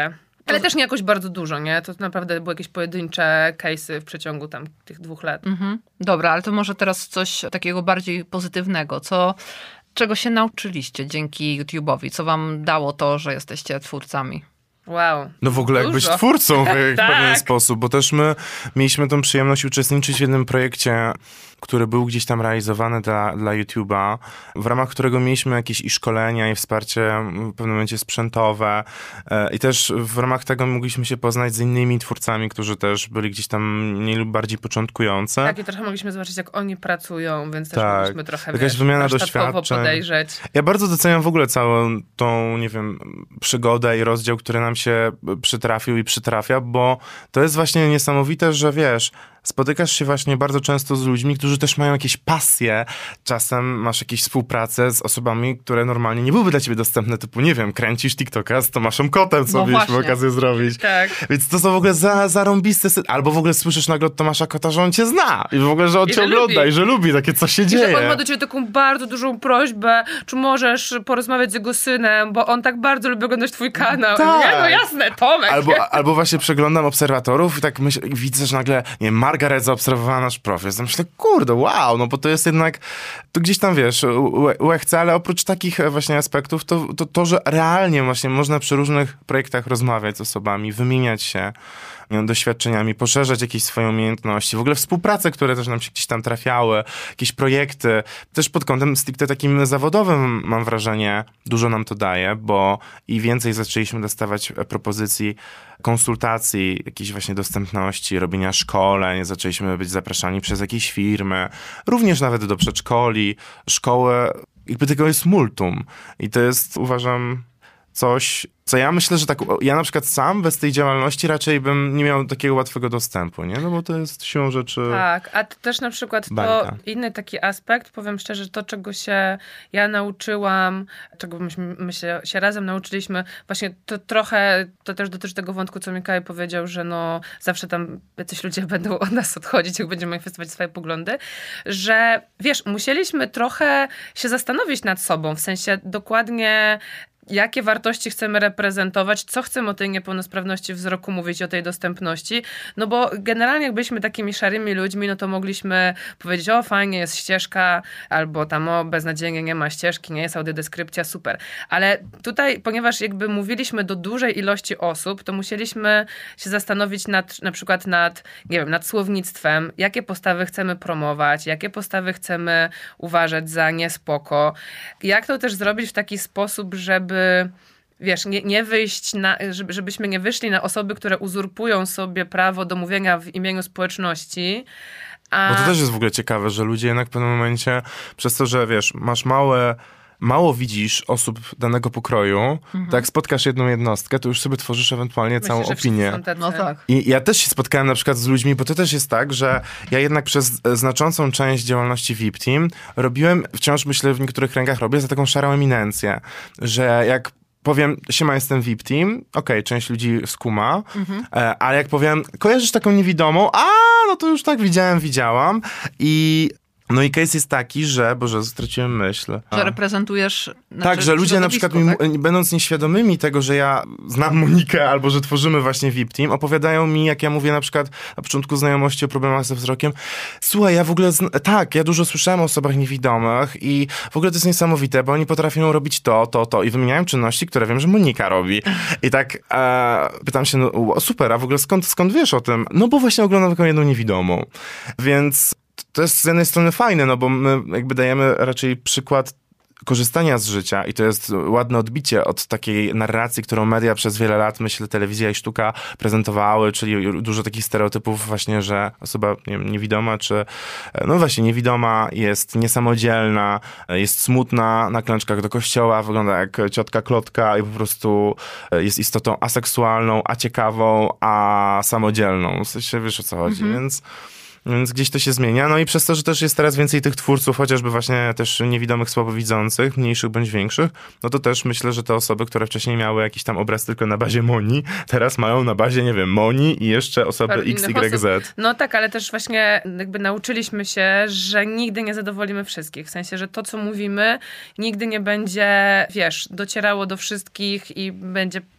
Ale też nie jakoś bardzo dużo, nie? To naprawdę były jakieś pojedyncze case'y w przeciągu tam tych 2 lat. Dobra, ale to może teraz coś takiego bardziej pozytywnego. Czego się nauczyliście dzięki YouTube'owi? Co wam dało to, że jesteście twórcami? Wow. No w ogóle jak być twórcą w Tak. pewien sposób, bo też my mieliśmy tą przyjemność uczestniczyć w jednym projekcie, który był gdzieś tam realizowany dla YouTube'a, w ramach którego mieliśmy jakieś i szkolenia, i wsparcie w pewnym momencie sprzętowe i też w ramach tego mogliśmy się poznać z innymi twórcami, którzy też byli gdzieś tam mniej lub bardziej początkujący. Tak, i trochę mogliśmy zobaczyć, jak oni pracują, więc też Tak. mogliśmy trochę, Jakaś wymiana warsztatowo doświadczeń. podejrzeć. Ja bardzo doceniam w ogóle całą tą, nie wiem, przygodę i rozdział, który nam się przytrafił i przytrafia, bo to jest właśnie niesamowite, że wiesz, spotykasz się właśnie bardzo często z ludźmi, którzy też mają jakieś pasje. Czasem masz jakieś współpracę z osobami, które normalnie nie byłyby dla ciebie dostępne, typu, nie wiem, kręcisz TikToka z Tomaszem Kotem, co mieliśmy okazję zrobić. Tak. Więc to są w ogóle zarąbiste albo w ogóle słyszysz nagle od Tomasza Kota, że on cię zna i w ogóle, że on cię ogląda i że lubi takie, co się dzieje. I że on ma do ciebie taką bardzo dużą prośbę, czy możesz porozmawiać z jego synem, bo on tak bardzo lubi oglądać twój kanał. Tak. Nie, no jasne, Tomek. Albo właśnie przeglądam obserwatorów i tak widzę, że nagle, nie wiem, Margaret zaobserwowała nasz profil. Ja myślę, kurde, wow, no bo to jest jednak, to gdzieś tam, wiesz, łechce, ale oprócz takich właśnie aspektów, to, że realnie właśnie można przy różnych projektach rozmawiać z osobami, wymieniać się doświadczeniami, poszerzać jakieś swoje umiejętności, w ogóle współprace, które też nam się gdzieś tam trafiały, jakieś projekty, też pod kątem stricte takim zawodowym, mam wrażenie, dużo nam to daje, bo i więcej zaczęliśmy dostawać propozycji konsultacji, jakiejś właśnie dostępności, robienia szkoleń, zaczęliśmy być zapraszani przez jakieś firmy, również nawet do przedszkoli, szkoły, jakby tego jest multum i to jest, uważam, coś, co ja myślę, że tak, ja na przykład sam bez tej działalności raczej bym nie miał takiego łatwego dostępu, nie? No bo to jest siłą rzeczy Tak, a też na przykład bajka. to inny taki aspekt, powiem szczerze, to czego się ja nauczyłam, czego my się razem nauczyliśmy, właśnie to trochę, to też dotyczy tego wątku, co Mikołaj powiedział, że no zawsze tam jacyś ludzie będą od nas odchodzić, jak będziemy manifestować swoje poglądy, że wiesz, musieliśmy trochę się zastanowić nad sobą, w sensie dokładnie jakie wartości chcemy reprezentować, co chcemy o tej niepełnosprawności wzroku mówić, o tej dostępności, no bo generalnie jak byliśmy takimi szarymi ludźmi, no to mogliśmy powiedzieć, o fajnie, jest ścieżka, albo tam o beznadziejnie nie ma ścieżki, nie jest audiodeskrypcja, super. Ale tutaj, ponieważ jakby mówiliśmy do dużej ilości osób, to musieliśmy się zastanowić na przykład nad, nie wiem, nad słownictwem, jakie postawy chcemy promować, jakie postawy chcemy uważać za niespoko. Jak to też zrobić w taki sposób, żeby wiesz, nie wyjść żebyśmy nie wyszli na osoby, które uzurpują sobie prawo do mówienia w imieniu społeczności. Bo to też jest w ogóle ciekawe, że ludzie jednak w pewnym momencie, przez to, że wiesz, masz mało widzisz osób danego pokroju, tak jak spotkasz jedną jednostkę, to już sobie tworzysz ewentualnie całą opinię. No tak. I ja też się spotkałem na przykład z ludźmi, bo to też jest tak, że ja jednak przez znaczącą część działalności VIP Team robiłem, wciąż myślę, w niektórych kręgach robię za taką szarą eminencję, że jak powiem, siema, jestem VIP Team, okej, część ludzi skuma, ale jak powiem, kojarzysz taką niewidomą? No to już tak widziałam No i case jest taki, że, Boże, straciłem myśl. Że reprezentujesz... Tak, że ludzie na przykład, tak? Będąc nieświadomymi tego, że ja znam Monikę albo że tworzymy właśnie VIP Team, opowiadają mi, jak ja mówię na przykład na początku znajomości o problemach ze wzrokiem. Słuchaj, ja w ogóle, ja dużo słyszałem o osobach niewidomych i w ogóle to jest niesamowite, bo oni potrafią robić to i wymieniają czynności, które wiem, że Monika robi. I tak pytam się, no super, a w ogóle skąd wiesz o tym? No bo właśnie oglądam taką jedną niewidomą. Więc to jest z jednej strony fajne, no bo my jakby dajemy raczej przykład korzystania z życia i to jest ładne odbicie od takiej narracji, którą media przez wiele lat, myślę, telewizja i sztuka prezentowały, czyli dużo takich stereotypów właśnie, że osoba niewidoma, czy no właśnie niewidoma jest niesamodzielna, jest smutna na klęczkach do kościoła, wygląda jak ciotka Klotka i po prostu jest istotą aseksualną, a ciekawą, a samodzielną. W sensie wiesz, o co chodzi, Więc gdzieś to się zmienia. No i przez to, że też jest teraz więcej tych twórców, chociażby właśnie też niewidomych, słabowidzących, mniejszych bądź większych, no to też myślę, że te osoby, które wcześniej miały jakiś tam obraz tylko na bazie Moni, teraz mają na bazie, nie wiem, Moni i jeszcze osoby XYZ. No tak, ale też właśnie jakby nauczyliśmy się, że nigdy nie zadowolimy wszystkich. W sensie, że to, co mówimy, nigdy nie będzie, wiesz, docierało do wszystkich i będzie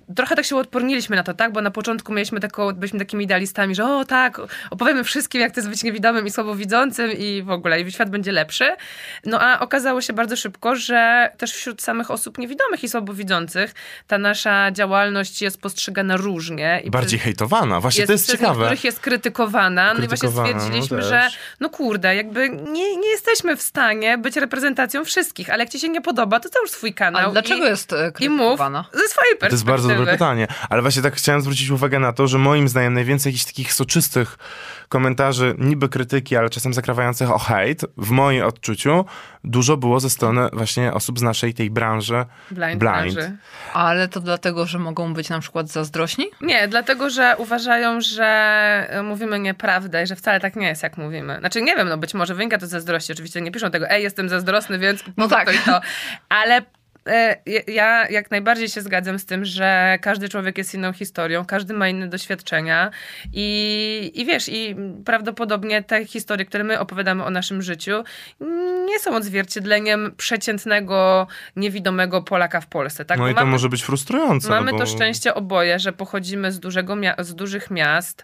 trochę tak się uodporniliśmy na to, tak? Bo na początku byliśmy takimi idealistami, że o tak, opowiemy wszystkim, jak to jest być niewidomym i słabowidzącym i w ogóle, i świat będzie lepszy. No a okazało się bardzo szybko, że też wśród samych osób niewidomych i słabowidzących ta nasza działalność jest postrzegana różnie. I bardziej hejtowana. Właśnie to jest przez ciekawe. niektórych jest krytykowana. No i właśnie stwierdziliśmy, że no kurde, jakby nie jesteśmy w stanie być reprezentacją wszystkich, ale jak ci się nie podoba, to już swój kanał. Ale dlaczego jest krytykowana? Ze swojej perspektywy. To jest bardzo dobre pytanie. Ale właśnie tak chciałem zwrócić uwagę na to, że moim zdaniem najwięcej jakichś takich soczystych komentarzy, niby krytyki, ale czasem zakrawających o hejt, w moim odczuciu, dużo było ze strony właśnie osób z naszej tej branży blind. Branży. Ale to dlatego, że mogą być na przykład zazdrośni? Nie, dlatego, że uważają, że mówimy nieprawdę i że wcale tak nie jest, jak mówimy. Znaczy, nie wiem, no być może wynika to z zazdrości. Oczywiście nie piszą tego, jestem zazdrosny, więc no tak. To i to. Ale ja jak najbardziej się zgadzam z tym, że każdy człowiek jest inną historią, każdy ma inne doświadczenia i wiesz, i prawdopodobnie te historie, które my opowiadamy o naszym życiu, nie są odzwierciedleniem przeciętnego, niewidomego Polaka w Polsce. Tak? No Bo i to może być frustrujące. Mamy to szczęście oboje, że pochodzimy z dużych miast,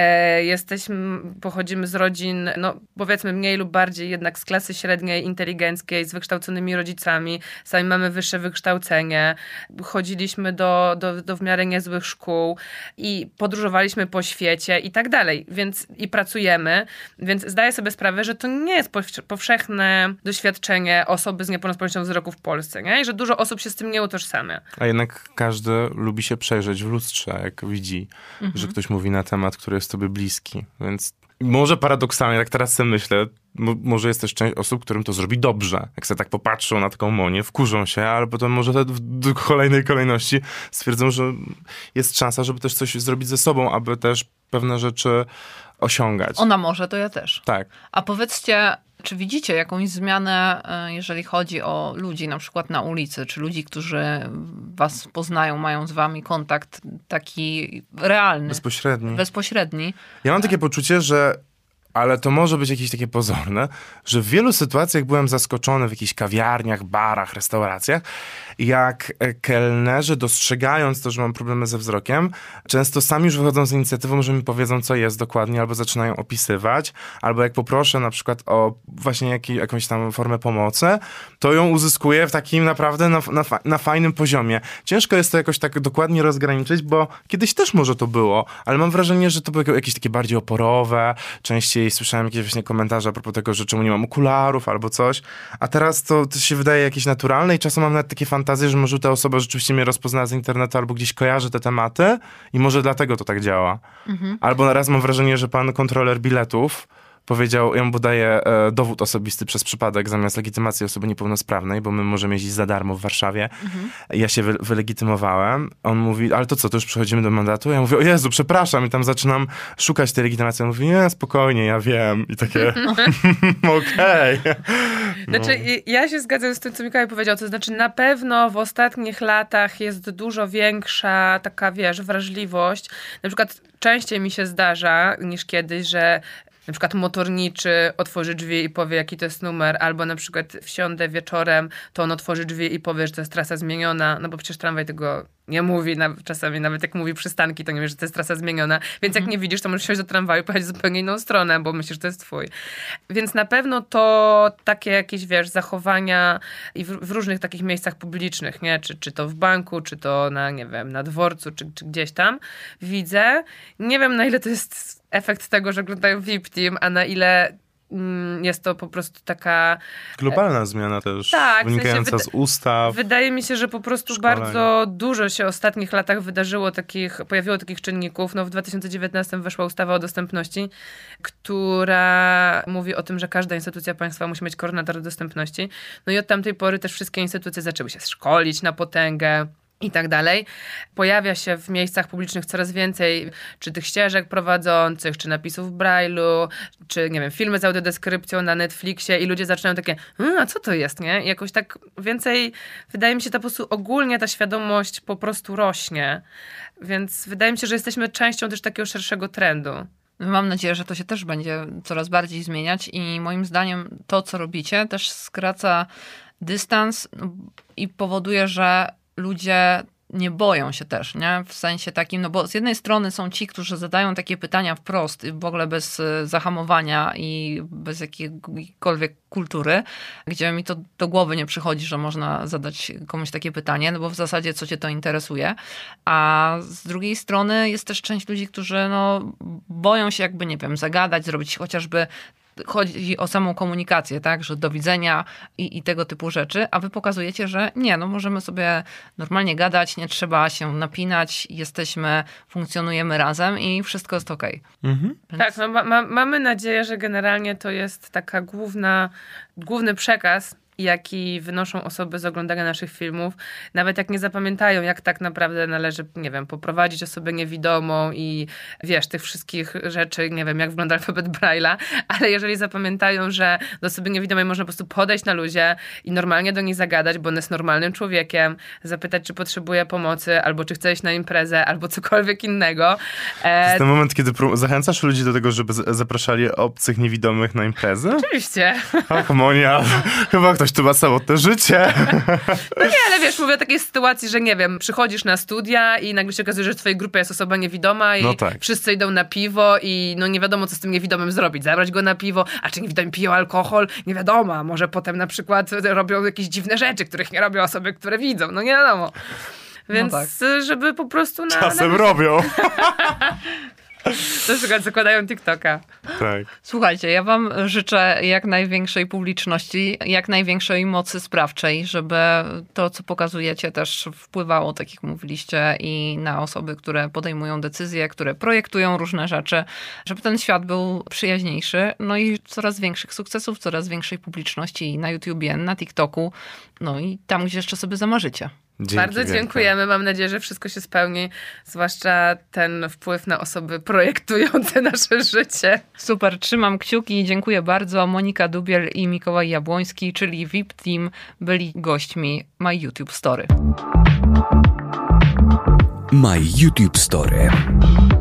pochodzimy z rodzin, no powiedzmy mniej lub bardziej jednak z klasy średniej, inteligenckiej, z wykształconymi rodzicami, sami mamy wyższe wykształcenie, chodziliśmy do w miarę niezłych szkół i podróżowaliśmy po świecie i tak dalej, i pracujemy, więc zdaję sobie sprawę, że to nie jest powszechne doświadczenie osoby z niepełnosprawnością wzroku w Polsce, nie? I że dużo osób się z tym nie utożsamia. A jednak każdy lubi się przejrzeć w lustrze, jak widzi, że ktoś mówi na temat, który jest tobie bliski, więc może paradoksalnie, tak teraz sobie myślę, może jest też część osób, którym to zrobi dobrze. Jak sobie tak popatrzą na taką Monię, wkurzą się, ale potem może w kolejnej kolejności stwierdzą, że jest szansa, żeby też coś zrobić ze sobą, aby też pewne rzeczy osiągać. Ona może, to ja też. Tak. A powiedzcie, czy widzicie jakąś zmianę, jeżeli chodzi o ludzi, na przykład na ulicy, czy ludzi, którzy was poznają, mają z wami kontakt taki realny? Bezpośredni. Ja mam takie poczucie, że ale to może być jakieś takie pozorne, że w wielu sytuacjach byłem zaskoczony w jakichś kawiarniach, barach, restauracjach, jak kelnerzy, dostrzegając to, że mam problemy ze wzrokiem, często sami już wychodzą z inicjatywą, że mi powiedzą, co jest dokładnie, albo zaczynają opisywać, albo jak poproszę na przykład o właśnie jakąś tam formę pomocy, to ją uzyskuję w takim naprawdę na fajnym poziomie. Ciężko jest to jakoś tak dokładnie rozgraniczyć, bo kiedyś też może to było, ale mam wrażenie, że to były jakieś takie bardziej oporowe, częściej słyszałem jakieś właśnie komentarze a propos tego, że czemu nie mam okularów albo coś, a teraz to się wydaje jakieś naturalne i czasem mam nawet takie fantazje, że może ta osoba rzeczywiście mnie rozpoznała z internetu albo gdzieś kojarzy te tematy i może dlatego to tak działa. Albo raz mam wrażenie, że pan kontroler biletów powiedział, ja mu podaję dowód osobisty przez przypadek zamiast legitymacji osoby niepełnosprawnej, bo my możemy jeździć za darmo w Warszawie. Ja się wylegitymowałem. On mówi, ale to co, to już przechodzimy do mandatu? Ja mówię, o Jezu, przepraszam. I tam zaczynam szukać tej legitymacji. On mówi, nie, spokojnie, ja wiem. I takie, okej. Znaczy, ja się zgadzam z tym, co Mikołaj powiedział. To znaczy, na pewno w ostatnich latach jest dużo większa taka, wrażliwość. Na przykład częściej mi się zdarza niż kiedyś, że na przykład motorniczy otworzy drzwi i powie, jaki to jest numer, albo na przykład wsiądę wieczorem, to on otworzy drzwi i powie, że to jest trasa zmieniona, no bo przecież tramwaj tego nie mówi, czasami nawet jak mówi przystanki, to nie wie, że to jest trasa zmieniona, więc jak nie widzisz, to możesz wsiąść do tramwaju i pojechać w zupełnie inną stronę, bo myślisz, że to jest twój. Więc na pewno to takie jakieś, zachowania i w różnych takich miejscach publicznych, nie? Czy to w banku, czy to na dworcu, czy gdzieś tam widzę. Nie wiem, na ile to jest efekt tego, że oglądają VIP Team, a na ile jest to po prostu taka... Globalna zmiana też, tak, wynikająca z ustaw. Wydaje mi się, że po prostu szkoleń. Bardzo dużo się w ostatnich latach pojawiło takich czynników. No, w 2019 weszła ustawa o dostępności, która mówi o tym, że każda instytucja państwa musi mieć koordynatora dostępności. No i od tamtej pory też wszystkie instytucje zaczęły się szkolić na potęgę i tak dalej. Pojawia się w miejscach publicznych coraz więcej czy tych ścieżek prowadzących, czy napisów w Braille'u, czy filmy z audiodeskrypcją na Netflixie i ludzie zaczynają takie, a co to jest, nie? I jakoś tak więcej, wydaje mi się, po prostu ogólnie ta świadomość po prostu rośnie. Więc wydaje mi się, że jesteśmy częścią też takiego szerszego trendu. Mam nadzieję, że to się też będzie coraz bardziej zmieniać i moim zdaniem to, co robicie, też skraca dystans i powoduje, że ludzie nie boją się też, nie? W sensie takim, no bo z jednej strony są ci, którzy zadają takie pytania wprost, w ogóle bez zahamowania i bez jakiejkolwiek kultury, gdzie mi to do głowy nie przychodzi, że można zadać komuś takie pytanie, no bo w zasadzie co cię to interesuje. A z drugiej strony jest też część ludzi, którzy no, boją się jakby, nie wiem, zagadać, zrobić chociażby chodzi o samą komunikację, tak, że do widzenia i tego typu rzeczy, a wy pokazujecie, że nie, no możemy sobie normalnie gadać, nie trzeba się napinać, funkcjonujemy razem i wszystko jest okej. Mhm. Więc... Tak, no, mamy nadzieję, że generalnie to jest taka główny przekaz, jaki wynoszą osoby z oglądania naszych filmów, nawet jak nie zapamiętają, jak tak naprawdę należy, nie wiem, poprowadzić osobę niewidomą i wiesz, tych wszystkich rzeczy, nie wiem, jak wygląda alfabet Braille'a, ale jeżeli zapamiętają, że do osoby niewidomej można po prostu podejść na luzie i normalnie do niej zagadać, bo ona jest normalnym człowiekiem, zapytać, czy potrzebuje pomocy, albo czy chce iść na imprezę, albo cokolwiek innego. To jest ten moment, kiedy zachęcasz ludzi do tego, żeby zapraszali obcych niewidomych na imprezę? Oczywiście. Ach, Monia, chyba ktoś tu ma samotne życie. No nie, ale wiesz, mówię o takiej sytuacji, że nie wiem, przychodzisz na studia i nagle się okazuje, że w twojej grupie jest osoba niewidoma i no tak. wszyscy idą na piwo i no nie wiadomo, co z tym niewidomym zrobić. Zabrać go na piwo, a czy niewidomi piją alkohol? Nie wiadomo, a może potem na przykład robią jakieś dziwne rzeczy, których nie robią osoby, które widzą. No nie wiadomo. Więc no tak. żeby po prostu Czasem robią. Na przykład zakładają TikToka. Tak. Słuchajcie, ja wam życzę jak największej publiczności, jak największej mocy sprawczej, żeby to, co pokazujecie, też wpływało, tak jak mówiliście, i na osoby, które podejmują decyzje, które projektują różne rzeczy, żeby ten świat był przyjaźniejszy, no i coraz większych sukcesów, coraz większej publiczności na YouTubie, na TikToku, no i tam, gdzie jeszcze sobie zamarzycie. Bardzo dziękujemy. Mam nadzieję, że wszystko się spełni, zwłaszcza ten wpływ na osoby projektujące nasze życie. Super, trzymam kciuki. Dziękuję bardzo. Monika Dubiel i Mikołaj Jabłoński, czyli VIP Team, byli gośćmi My YouTube Story. My YouTube Story.